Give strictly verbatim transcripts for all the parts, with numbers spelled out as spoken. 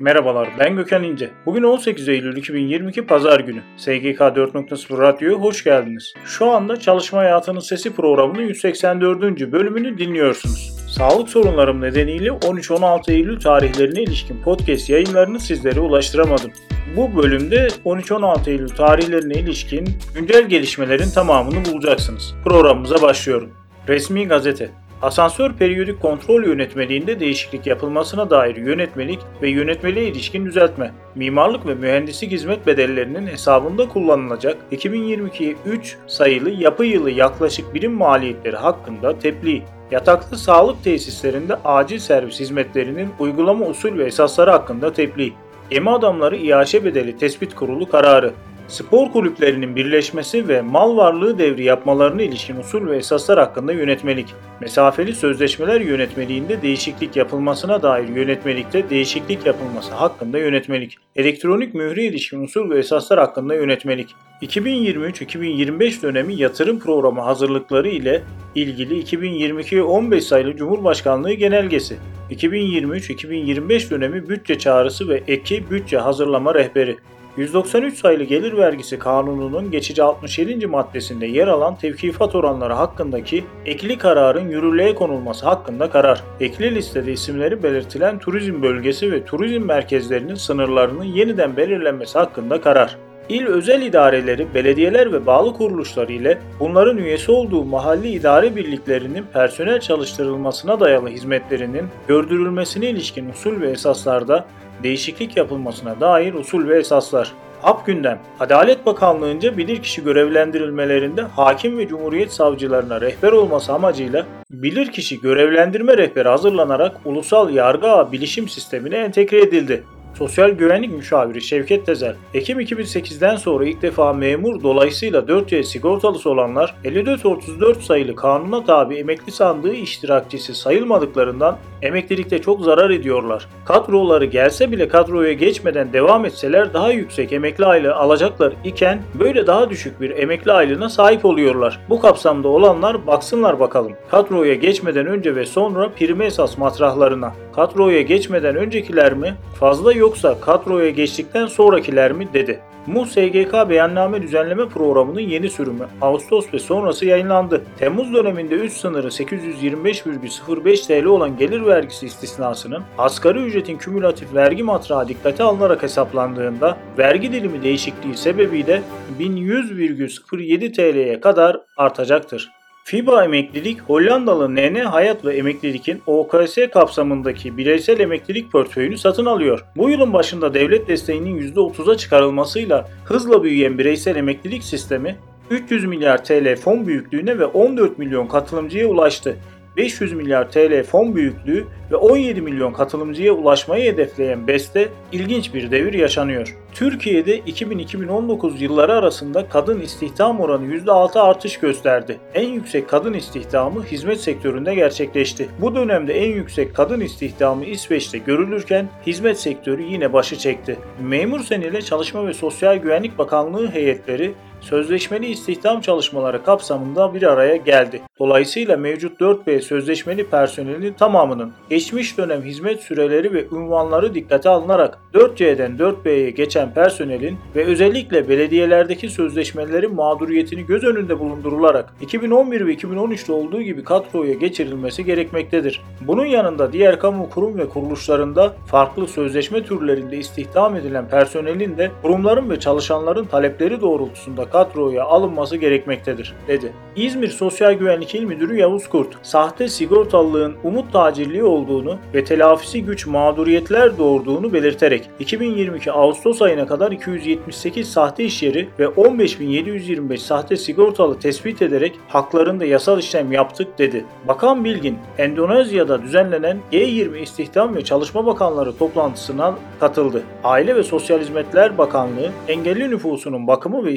Merhabalar, ben Gökhan İnce. Bugün on sekiz Eylül iki bin yirmi iki Pazar günü. S G K dört nokta sıfır Radyo'ya hoş geldiniz. Şu anda Çalışma Hayatının Sesi programının yüz seksen dördüncü bölümünü dinliyorsunuz. Sağlık sorunlarım nedeniyle on üç on altı Eylül tarihlerine ilişkin podcast yayınlarını sizlere ulaştıramadım. Bu bölümde on üç on altı Eylül tarihlerine ilişkin güncel gelişmelerin tamamını bulacaksınız. Programımıza başlıyorum. Resmi gazete. Asansör periyodik kontrol yönetmeliğinde değişiklik yapılmasına dair yönetmelik ve yönetmeliğe ilişkin düzeltme. Mimarlık ve mühendislik hizmet bedellerinin hesabında kullanılacak iki bin yirmi iki üç sayılı yapı yılı yaklaşık birim maliyetleri hakkında tebliğ. Yataklı sağlık tesislerinde acil servis hizmetlerinin uygulama usul ve esasları hakkında tebliğ. Gemi adamları İAŞ bedeli tespit kurulu kararı. Spor kulüplerinin birleşmesi ve mal varlığı devri yapmalarına ilişkin usul ve esaslar hakkında yönetmelik. Mesafeli sözleşmeler yönetmeliğinde değişiklik yapılmasına dair yönetmelikte değişiklik yapılması hakkında yönetmelik. Elektronik mühre ilişkin usul ve esaslar hakkında yönetmelik. iki bin yirmi üç iki bin yirmi beş dönemi yatırım programı hazırlıkları ile ilgili iki bin yirmi iki on beş sayılı Cumhurbaşkanlığı genelgesi. iki bin yirmi üç iki bin yirmi beş dönemi bütçe çağrısı ve eki bütçe hazırlama rehberi. yüz doksan üç sayılı Gelir Vergisi Kanunu'nun geçici altmış yedinci maddesinde yer alan tevkifat oranları hakkındaki ekli kararın yürürlüğe konulması hakkında karar. Ekli listede isimleri belirtilen turizm bölgesi ve turizm merkezlerinin sınırlarının yeniden belirlenmesi hakkında karar. İl özel idareleri, belediyeler ve bağlı kuruluşları ile bunların üyesi olduğu mahalli idare birliklerinin personel çalıştırılmasına dayalı hizmetlerinin gördürülmesine ilişkin usul ve esaslarda değişiklik yapılmasına dair usul ve esaslar. Hap gündem. Adalet Bakanlığı'nca bilirkişi görevlendirilmelerinde hakim ve cumhuriyet savcılarına rehber olması amacıyla bilirkişi görevlendirme rehberi hazırlanarak ulusal yargı ağı bilişim sistemine entegre edildi. Sosyal Güvenlik Müşaviri Şevket Tezel, Ekim iki bin sekizden sonra ilk defa memur dolayısıyla dört C sigortalısı olanlar elli dört otuz dört sayılı kanuna tabi emekli sandığı iştirakçısı sayılmadıklarından emeklilikte çok zarar ediyorlar. Kadroları gelse bile kadroya geçmeden devam etseler daha yüksek emekli aylığı alacaklar iken böyle daha düşük bir emekli aylığına sahip oluyorlar. Bu kapsamda olanlar baksınlar bakalım. Kadroya geçmeden önce ve sonra prime esas matrahlarına. Kadroya geçmeden öncekiler mi fazla yoksa kadroya geçtikten sonrakiler mi dedi. M U S G K Beyanname Düzenleme Programı'nın yeni sürümü Ağustos ve sonrası yayınlandı. Temmuz döneminde üst sınırı sekiz yüz yirmi beş virgül sıfır beş T L olan gelir vergisi istisnasının asgari ücretin kümülatif vergi matrağı dikkate alınarak hesaplandığında vergi dilimi değişikliği sebebiyle bin yüz virgül sıfır yedi T L'ye kadar artacaktır. FİBA Emeklilik, Hollandalı N N Hayat ve Emeklilik'in O K S kapsamındaki bireysel emeklilik portföyünü satın alıyor. Bu yılın başında devlet desteğinin yüzde otuza çıkarılmasıyla hızla büyüyen bireysel emeklilik sistemi üç yüz milyar T L fon büyüklüğüne ve on dört milyon katılımcıya ulaştı. beş yüz milyar T L fon büyüklüğü ve on yedi milyon katılımcıya ulaşmayı hedefleyen BES'te ilginç bir devir yaşanıyor. Türkiye'de iki bin iki bin on dokuz yılları arasında kadın istihdam oranı yüzde altı artış gösterdi. En yüksek kadın istihdamı hizmet sektöründe gerçekleşti. Bu dönemde en yüksek kadın istihdamı İsveç'te görülürken hizmet sektörü yine başı çekti. Memursen ile Çalışma ve Sosyal Güvenlik Bakanlığı heyetleri sözleşmeli istihdam çalışmaları kapsamında bir araya geldi. Dolayısıyla mevcut dört B sözleşmeli personelin tamamının geçmiş dönem hizmet süreleri ve unvanları dikkate alınarak dört C'den dört B'ye geçen personelin ve özellikle belediyelerdeki sözleşmelerin mağduriyetini göz önünde bulundurularak iki bin on bir ve iki bin on üçte olduğu gibi kadroya geçirilmesi gerekmektedir. Bunun yanında diğer kamu kurum ve kuruluşlarında farklı sözleşme türlerinde istihdam edilen personelin de kurumların ve çalışanların talepleri doğrultusunda kadroya alınması gerekmektedir, dedi. İzmir Sosyal Güvenlik İl Müdürü Yavuz Kurt, sahte sigortalılığın umut tacirliği olduğunu ve telafisi güç mağduriyetler doğurduğunu belirterek iki bin yirmi iki Ağustos ayına kadar iki yüz yetmiş sekiz sahte işyeri ve on beş bin yedi yüz yirmi beş sahte sigortalı tespit ederek haklarında yasal işlem yaptık, dedi. Bakan Bilgin, Endonezya'da düzenlenen G yirmi İstihdam ve Çalışma Bakanları toplantısına katıldı. Aile ve Sosyal Hizmetler Bakanlığı, engelli nüfusunun bakımı ve istihdamı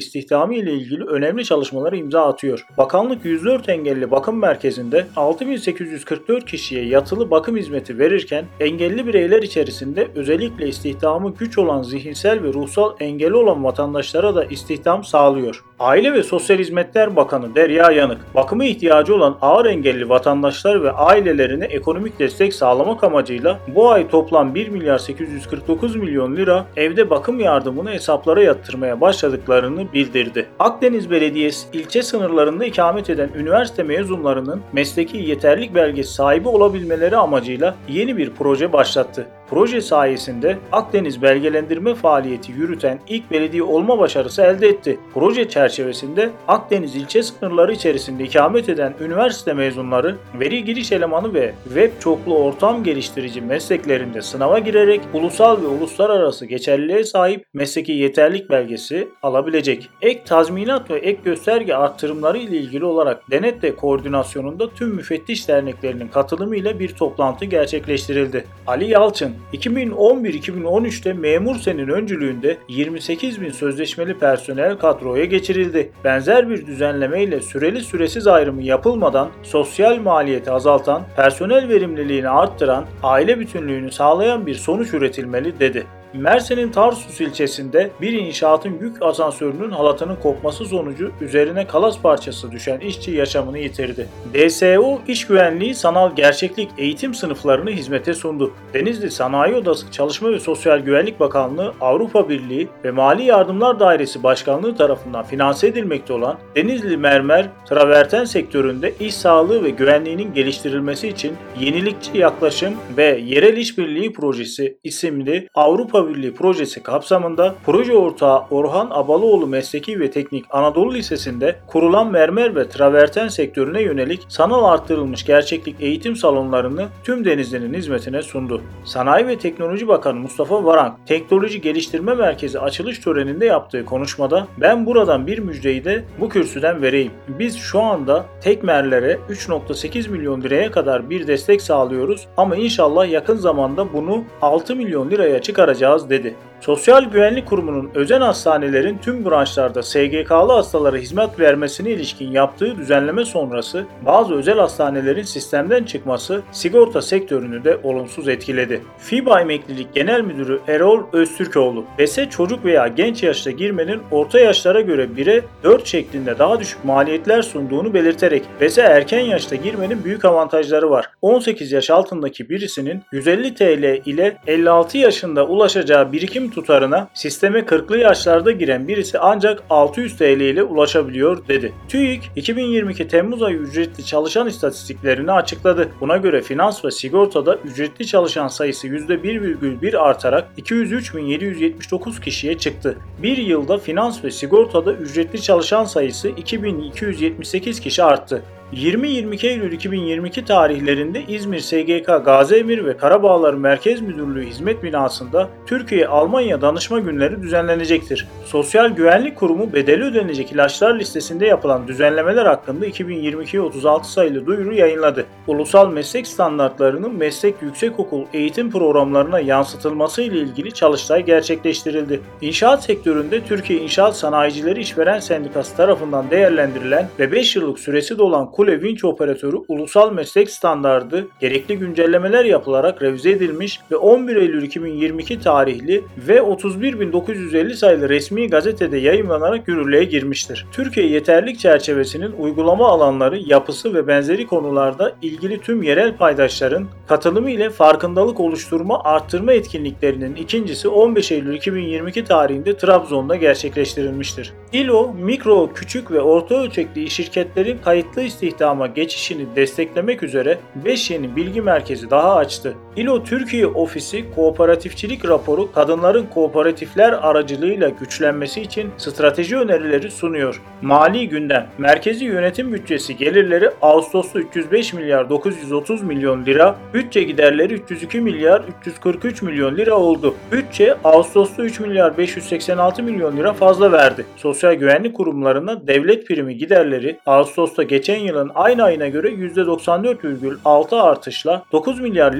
istihdamı ile ilgili önemli çalışmalara imza atıyor. Bakanlık yüz dört engelli bakım merkezinde altı bin sekiz yüz kırk dört kişiye yatılı bakım hizmeti verirken engelli bireyler içerisinde özellikle istihdamı güç olan zihinsel ve ruhsal engeli olan vatandaşlara da istihdam sağlıyor. Aile ve Sosyal Hizmetler Bakanı Derya Yanık, bakıma ihtiyacı olan ağır engelli vatandaşlar ve ailelerine ekonomik destek sağlamak amacıyla bu ay toplam bir milyar sekiz yüz kırk dokuz milyon lira evde bakım yardımını hesaplara yatırmaya başladıklarını bildirdi. Akdeniz Belediyesi ilçe sınırlarında ikamet eden üniversite mezunlarının mesleki yeterlilik belgesi sahibi olabilmeleri amacıyla yeni bir proje başlattı. Proje sayesinde Akdeniz belgelendirme faaliyeti yürüten ilk belediye olma başarısı elde etti. Proje çerçevesinde Akdeniz ilçe sınırları içerisinde ikamet eden üniversite mezunları veri giriş elemanı ve web çoklu ortam geliştirici mesleklerinde sınava girerek ulusal ve uluslararası geçerliliğe sahip mesleki yeterlilik belgesi alabilecek. Ek tazminat ve ek gösterge arttırımları ile ilgili olarak denetle koordinasyonunda tüm müfettiş derneklerinin katılımıyla bir toplantı gerçekleştirildi. Ali Yalçın, iki bin on bir iki bin on üçte Memursen'in öncülüğünde yirmi sekiz bin sözleşmeli personel kadroya geçirildi. Benzer bir düzenlemeyle süreli süresiz ayrımı yapılmadan sosyal maliyeti azaltan, personel verimliliğini arttıran, aile bütünlüğünü sağlayan bir sonuç üretilmeli dedi. Mersin'in Tarsus ilçesinde bir inşaatın yük asansörünün halatının kopması sonucu üzerine kalas parçası düşen işçi yaşamını yitirdi. D S O İş Güvenliği Sanal Gerçeklik eğitim sınıflarını hizmete sundu. Denizli Sanayi Odası Çalışma ve Sosyal Güvenlik Bakanlığı, Avrupa Birliği ve Mali Yardımlar Dairesi Başkanlığı tarafından finanse edilmekte olan Denizli Mermer Traverten sektöründe iş sağlığı ve güvenliğinin geliştirilmesi için yenilikçi yaklaşım ve yerel işbirliği projesi isimli Avrupa Birliği projesi kapsamında proje ortağı Orhan Abalıoğlu Mesleki ve Teknik Anadolu Lisesi'nde kurulan mermer ve traverten sektörüne yönelik sanal arttırılmış gerçeklik eğitim salonlarını tüm Denizli'nin hizmetine sundu. Sanayi ve Teknoloji Bakanı Mustafa Varank, Teknoloji Geliştirme Merkezi açılış töreninde yaptığı konuşmada "Ben buradan bir müjdeyi de bu kürsüden vereyim. Biz şu anda Tekmerlere üç nokta sekiz milyon liraya kadar bir destek sağlıyoruz ama inşallah yakın zamanda bunu altı milyon liraya çıkaracağız" dedi. Sosyal Güvenlik Kurumu'nun özel hastanelerin tüm branşlarda S G K'lı hastalara hizmet vermesine ilişkin yaptığı düzenleme sonrası bazı özel hastanelerin sistemden çıkması sigorta sektörünü de olumsuz etkiledi. FİBA Emeklilik Genel Müdürü Erol Öztürkoğlu, B E S'e çocuk veya genç yaşta girmenin orta yaşlara göre bire dört şeklinde daha düşük maliyetler sunduğunu belirterek B E S'e erken yaşta girmenin büyük avantajları var. on sekiz yaş altındaki birisinin yüz elli TL ile elli altı yaşında ulaşacağı birikim tutarına sisteme kırklı yaşlarda giren birisi ancak altı yüz TL ile ulaşabiliyor dedi. TÜİK iki bin yirmi iki Temmuz ayı ücretli çalışan istatistiklerini açıkladı. Buna göre finans ve sigortada ücretli çalışan sayısı yüzde bir virgül bir artarak iki yüz üç bin yedi yüz yetmiş dokuz kişiye çıktı. Bir yılda finans ve sigortada ücretli çalışan sayısı iki bin iki yüz yetmiş sekiz kişi arttı. yirmi yirmi iki Eylül iki bin yirmi iki tarihlerinde İzmir S G K Gaziemir ve Karabağlar Merkez Müdürlüğü Hizmet Binası'nda Türkiye-Almanya Danışma Günleri düzenlenecektir. Sosyal Güvenlik Kurumu bedeli ödenecek ilaçlar listesinde yapılan düzenlemeler hakkında iki bin yirmi iki otuz altı sayılı duyuru yayınladı. Ulusal meslek standartlarının meslek yüksekokul eğitim programlarına yansıtılması ile ilgili çalıştay gerçekleştirildi. İnşaat sektöründe Türkiye İnşaat Sanayicileri İşveren Sendikası tarafından değerlendirilen ve beş yıllık süresi dolan Kule Vinç Operatörü Ulusal Meslek Standardı gerekli güncellemeler yapılarak revize edilmiş ve on bir Eylül iki bin yirmi iki tarihli ve otuz bir bin dokuz yüz elli sayılı resmi gazetede yayımlanarak yürürlüğe girmiştir. Türkiye yeterlilik çerçevesinin uygulama alanları, yapısı ve benzeri konularda ilgili tüm yerel paydaşların katılımı ile farkındalık oluşturma, arttırma etkinliklerinin ikincisi on beş Eylül iki bin yirmi iki tarihinde Trabzon'da gerçekleştirilmiştir. İLO, mikro, küçük ve orta ölçekli şirketlerin kayıtlı istihdama geçişini desteklemek üzere beş yeni bilgi merkezi daha açtı. İLO Türkiye Ofisi Kooperatifçilik raporu kadınların kooperatifler aracılığıyla güçlenmesi için strateji önerileri sunuyor. Mali gündem. Merkezi yönetim bütçesi gelirleri Ağustos'ta üç yüz beş milyar dokuz yüz otuz milyon lira, bütçe giderleri üç yüz iki milyar üç yüz kırk üç milyon lira oldu. Bütçe Ağustos'ta üç milyar beş yüz seksen altı milyon lira fazla verdi. Sosyal güvenlik kurumlarına devlet primi giderleri Ağustos'ta geçen yılın aynı ayına göre yüzde doksan dört virgül altı artışla dokuz milyar liraya yükseldi.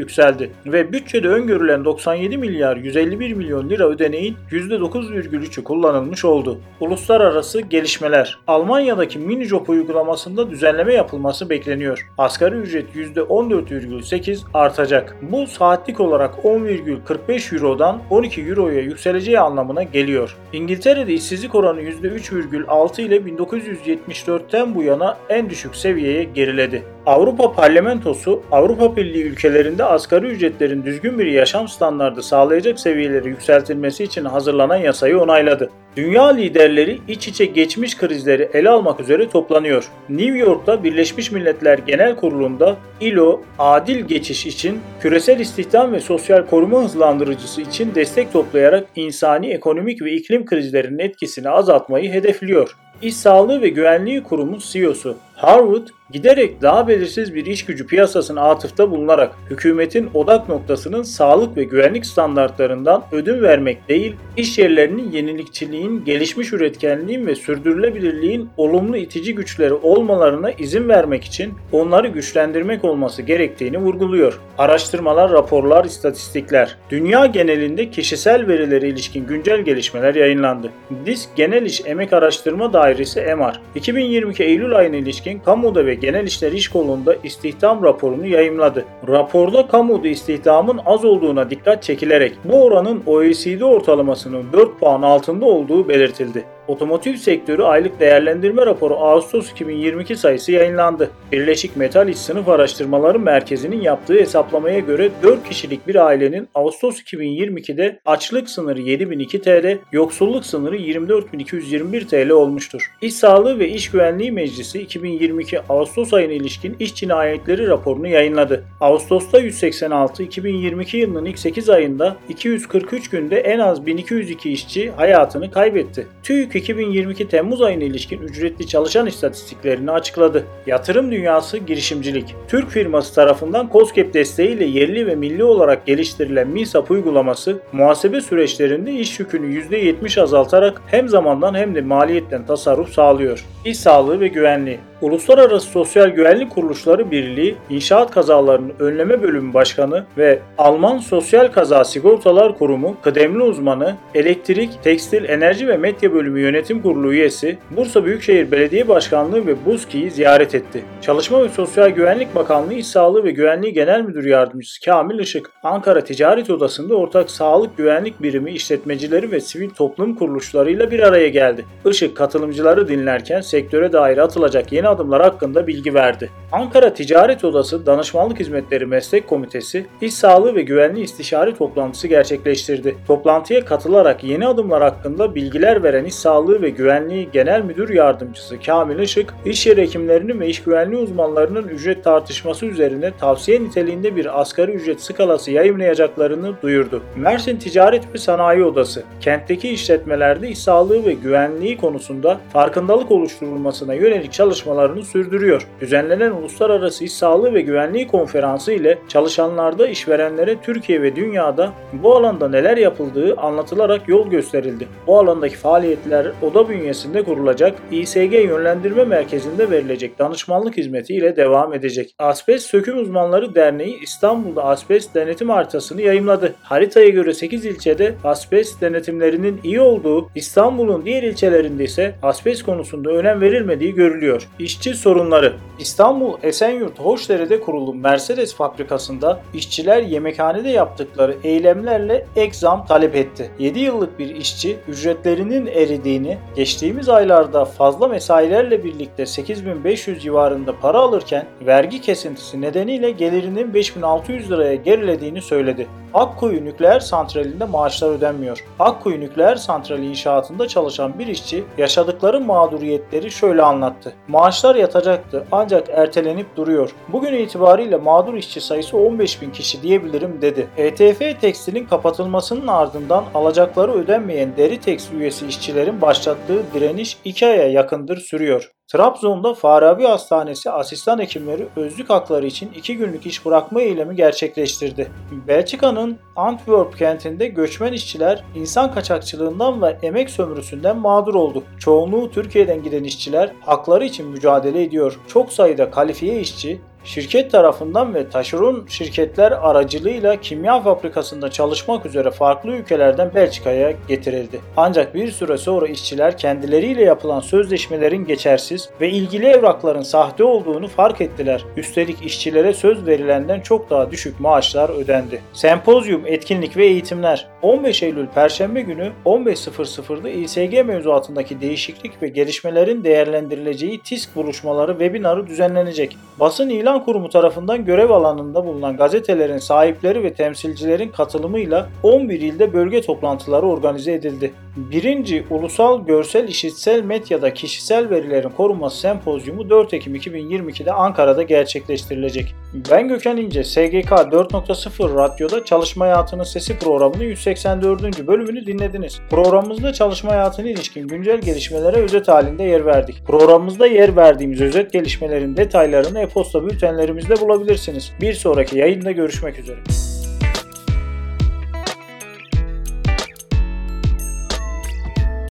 yükseldi ve bütçede öngörülen doksan yedi milyar yüz elli bir milyon lira ödeneğin yüzde dokuz virgül üçü kullanılmış oldu. Uluslararası gelişmeler. Almanya'daki minijob uygulamasında düzenleme yapılması bekleniyor. Asgari ücret yüzde on dört virgül sekiz artacak. Bu saatlik olarak on virgül kırk beş Euro'dan on iki Euro'ya yükseleceği anlamına geliyor. İngiltere'de işsizlik oranı yüzde üç virgül altı ile bin dokuz yüz yetmiş dörtten bu yana en düşük seviyeye geriledi. Avrupa Parlamentosu, Avrupa Birliği ülkelerinde asgari ücretlerin düzgün bir yaşam standardı sağlayacak seviyelere yükseltilmesi için hazırlanan yasayı onayladı. Dünya liderleri iç içe geçmiş krizleri ele almak üzere toplanıyor. New York'ta Birleşmiş Milletler Genel Kurulu'nda I L O, adil geçiş için küresel istihdam ve sosyal koruma hızlandırıcısı için destek toplayarak insani, ekonomik ve iklim krizlerinin etkisini azaltmayı hedefliyor. İş Sağlığı ve Güvenliği Kurumu C E O'su Harwood, giderek daha belirsiz bir iş gücü piyasasına atıfta bulunarak hükümetin odak noktasının sağlık ve güvenlik standartlarından ödün vermek değil, iş yerlerinin yenilikçiliğin, gelişmiş üretkenliğin ve sürdürülebilirliğin olumlu itici güçleri olmalarına izin vermek için onları güçlendirmek olması gerektiğini vurguluyor. Araştırmalar, raporlar, istatistikler. Dünya genelinde kişisel verilere ilişkin güncel gelişmeler yayınlandı. Disk Genel İş Emek Araştırma Dairesi E M A R, iki bin yirmi iki Eylül ayına ilişkin Kamuda ve Genel İşler İş Kolu'nda istihdam raporunu yayımladı. Raporda kamuda istihdamın az olduğuna dikkat çekilerek bu oranın O E C D ortalamasının dört puan altında olduğu belirtildi. Otomotiv sektörü aylık değerlendirme raporu Ağustos iki bin yirmi iki sayısı yayınlandı. Birleşik Metal İş Sınıf Araştırmaları Merkezi'nin yaptığı hesaplamaya göre dört kişilik bir ailenin Ağustos iki bin yirmi ikide açlık sınırı yedi bin iki TL, yoksulluk sınırı yirmi dört bin iki yüz yirmi bir TL olmuştur. İş Sağlığı ve İş Güvenliği Meclisi iki bin yirmi iki Ağustos ayına ilişkin iş cinayetleri raporunu yayınladı. Ağustos'ta yüz seksen altı, iki bin yirmi iki yılının ilk sekiz ayında iki yüz kırk üç günde en az bin iki yüz iki işçi hayatını kaybetti. TÜİK iki bin yirmi iki Temmuz ayına ilişkin ücretli çalışan istatistiklerini açıkladı. Yatırım dünyası girişimcilik. Türk firması tarafından KOSGEB desteğiyle yerli ve milli olarak geliştirilen MİSAP uygulaması, muhasebe süreçlerinde iş yükünü yüzde yetmiş azaltarak hem zamandan hem de maliyetten tasarruf sağlıyor. İş Sağlığı ve Güvenliği. Uluslararası Sosyal Güvenlik Kuruluşları Birliği, İnşaat Kazalarının Önleme Bölümü Başkanı ve Alman Sosyal Kaza Sigortalar Kurumu kıdemli uzmanı, Elektrik, Tekstil, Enerji ve Medya Bölümü Yönetim Kurulu üyesi, Bursa Büyükşehir Belediye Başkanlığı ve BUSKİ'yi ziyaret etti. Çalışma ve Sosyal Güvenlik Bakanlığı İş Sağlığı ve Güvenliği Genel Müdür Yardımcısı Kamil Işık, Ankara Ticaret Odası'nda ortak sağlık güvenlik birimi işletmecileri ve sivil toplum kuruluşlarıyla bir araya geldi. Işık katılımcıları dinlerken sektöre dair atılacak yeni adımlar hakkında bilgi verdi. Ankara Ticaret Odası Danışmanlık Hizmetleri Meslek Komitesi, İş Sağlığı ve Güvenliği İstişare Toplantısı gerçekleştirdi. Toplantıya katılarak yeni adımlar hakkında bilgiler veren İş Sağlığı ve Güvenliği Genel Müdür Yardımcısı Kamil Işık, iş yeri hekimlerinin ve iş güvenliği uzmanlarının ücret tartışması üzerine tavsiye niteliğinde bir asgari ücret skalası yayımlayacaklarını duyurdu. Mersin Ticaret ve Sanayi Odası, kentteki işletmelerde iş sağlığı ve güvenliği konusunda farkındalık oluşturulmasına yönelik çalışmalarını sürdürüyor. Düzenlenen Uluslararası İş Sağlığı ve Güvenliği Konferansı ile çalışanlarda işverenlere Türkiye ve dünyada bu alanda neler yapıldığı anlatılarak yol gösterildi. Bu alandaki faaliyetler oda bünyesinde kurulacak İ S G Yönlendirme Merkezi'nde verilecek danışmanlık hizmeti ile devam edecek. Asbest Söküm Uzmanları Derneği İstanbul'da asbest denetim haritasını yayımladı. Haritaya göre sekiz ilçede asbest denetimlerinin iyi olduğu, İstanbul'un diğer ilçelerinde ise asbest konusunda önem verilmediği görülüyor. İşçi sorunları. İstanbul Esenyurt Hoşdere'de kurulu Mercedes fabrikasında işçiler yemekhanede yaptıkları eylemlerle ek zam talep etti. yedi yıllık bir işçi ücretlerinin eridiğini, geçtiğimiz aylarda fazla mesailerle birlikte sekiz bin beş yüz civarında para alırken vergi kesintisi nedeniyle gelirinin beş bin altı yüz liraya gerilediğini söyledi. Akkuyu Nükleer Santrali'nde maaşlar ödenmiyor. Akkuyu Nükleer Santrali inşaatında çalışan bir işçi yaşadıkları mağduriyetleri şöyle anlattı. Maaşlar yatacaktı ancak ertelenip duruyor. Bugün itibariyle mağdur işçi sayısı on beş bin kişi diyebilirim dedi. E T F Tekstil'in kapatılmasının ardından alacakları ödenmeyen Deri Tekstil üyesi işçilerin başlattığı direniş iki aya yakındır sürüyor. Trabzon'da Farabi Hastanesi asistan hekimleri özlük hakları için iki günlük iş bırakma eylemi gerçekleştirdi. Belçika'nın Antwerp kentinde göçmen işçiler insan kaçakçılığından ve emek sömürüsünden mağdur oldu. Çoğunluğu Türkiye'den giden işçiler hakları için mücadele ediyor. Çok sayıda kalifiye işçi Şirket tarafından ve taşeron şirketler aracılığıyla kimya fabrikasında çalışmak üzere farklı ülkelerden Belçika'ya getirildi. Ancak bir süre sonra işçiler kendileriyle yapılan sözleşmelerin geçersiz ve ilgili evrakların sahte olduğunu fark ettiler. Üstelik işçilere söz verilenden çok daha düşük maaşlar ödendi. Sempozyum, etkinlik ve eğitimler. on beş Eylül Perşembe günü on beş sıfır sıfırda İ S G mevzuatındaki değişiklik ve gelişmelerin değerlendirileceği TİSK buluşmaları webinarı düzenlenecek. Basın İlan Kurumu tarafından görev alanında bulunan gazetelerin sahipleri ve temsilcilerin katılımıyla on bir ilde bölge toplantıları organize edildi. birinci. Ulusal Görsel İşitsel Medyada Kişisel Verilerin Korunması Sempozyumu dört Ekim iki bin yirmi iki'de Ankara'da gerçekleştirilecek. Ben Gökhan İnce, S G K dört nokta sıfır Radyo'da Çalışma Hayatının Sesi programının yüz seksen dördüncü bölümünü dinlediniz. Programımızda çalışma hayatına ilişkin güncel gelişmelere özet halinde yer verdik. Programımızda yer verdiğimiz özet gelişmelerin detaylarını e-posta bültenlerimizde bulabilirsiniz. Bir sonraki yayında görüşmek üzere.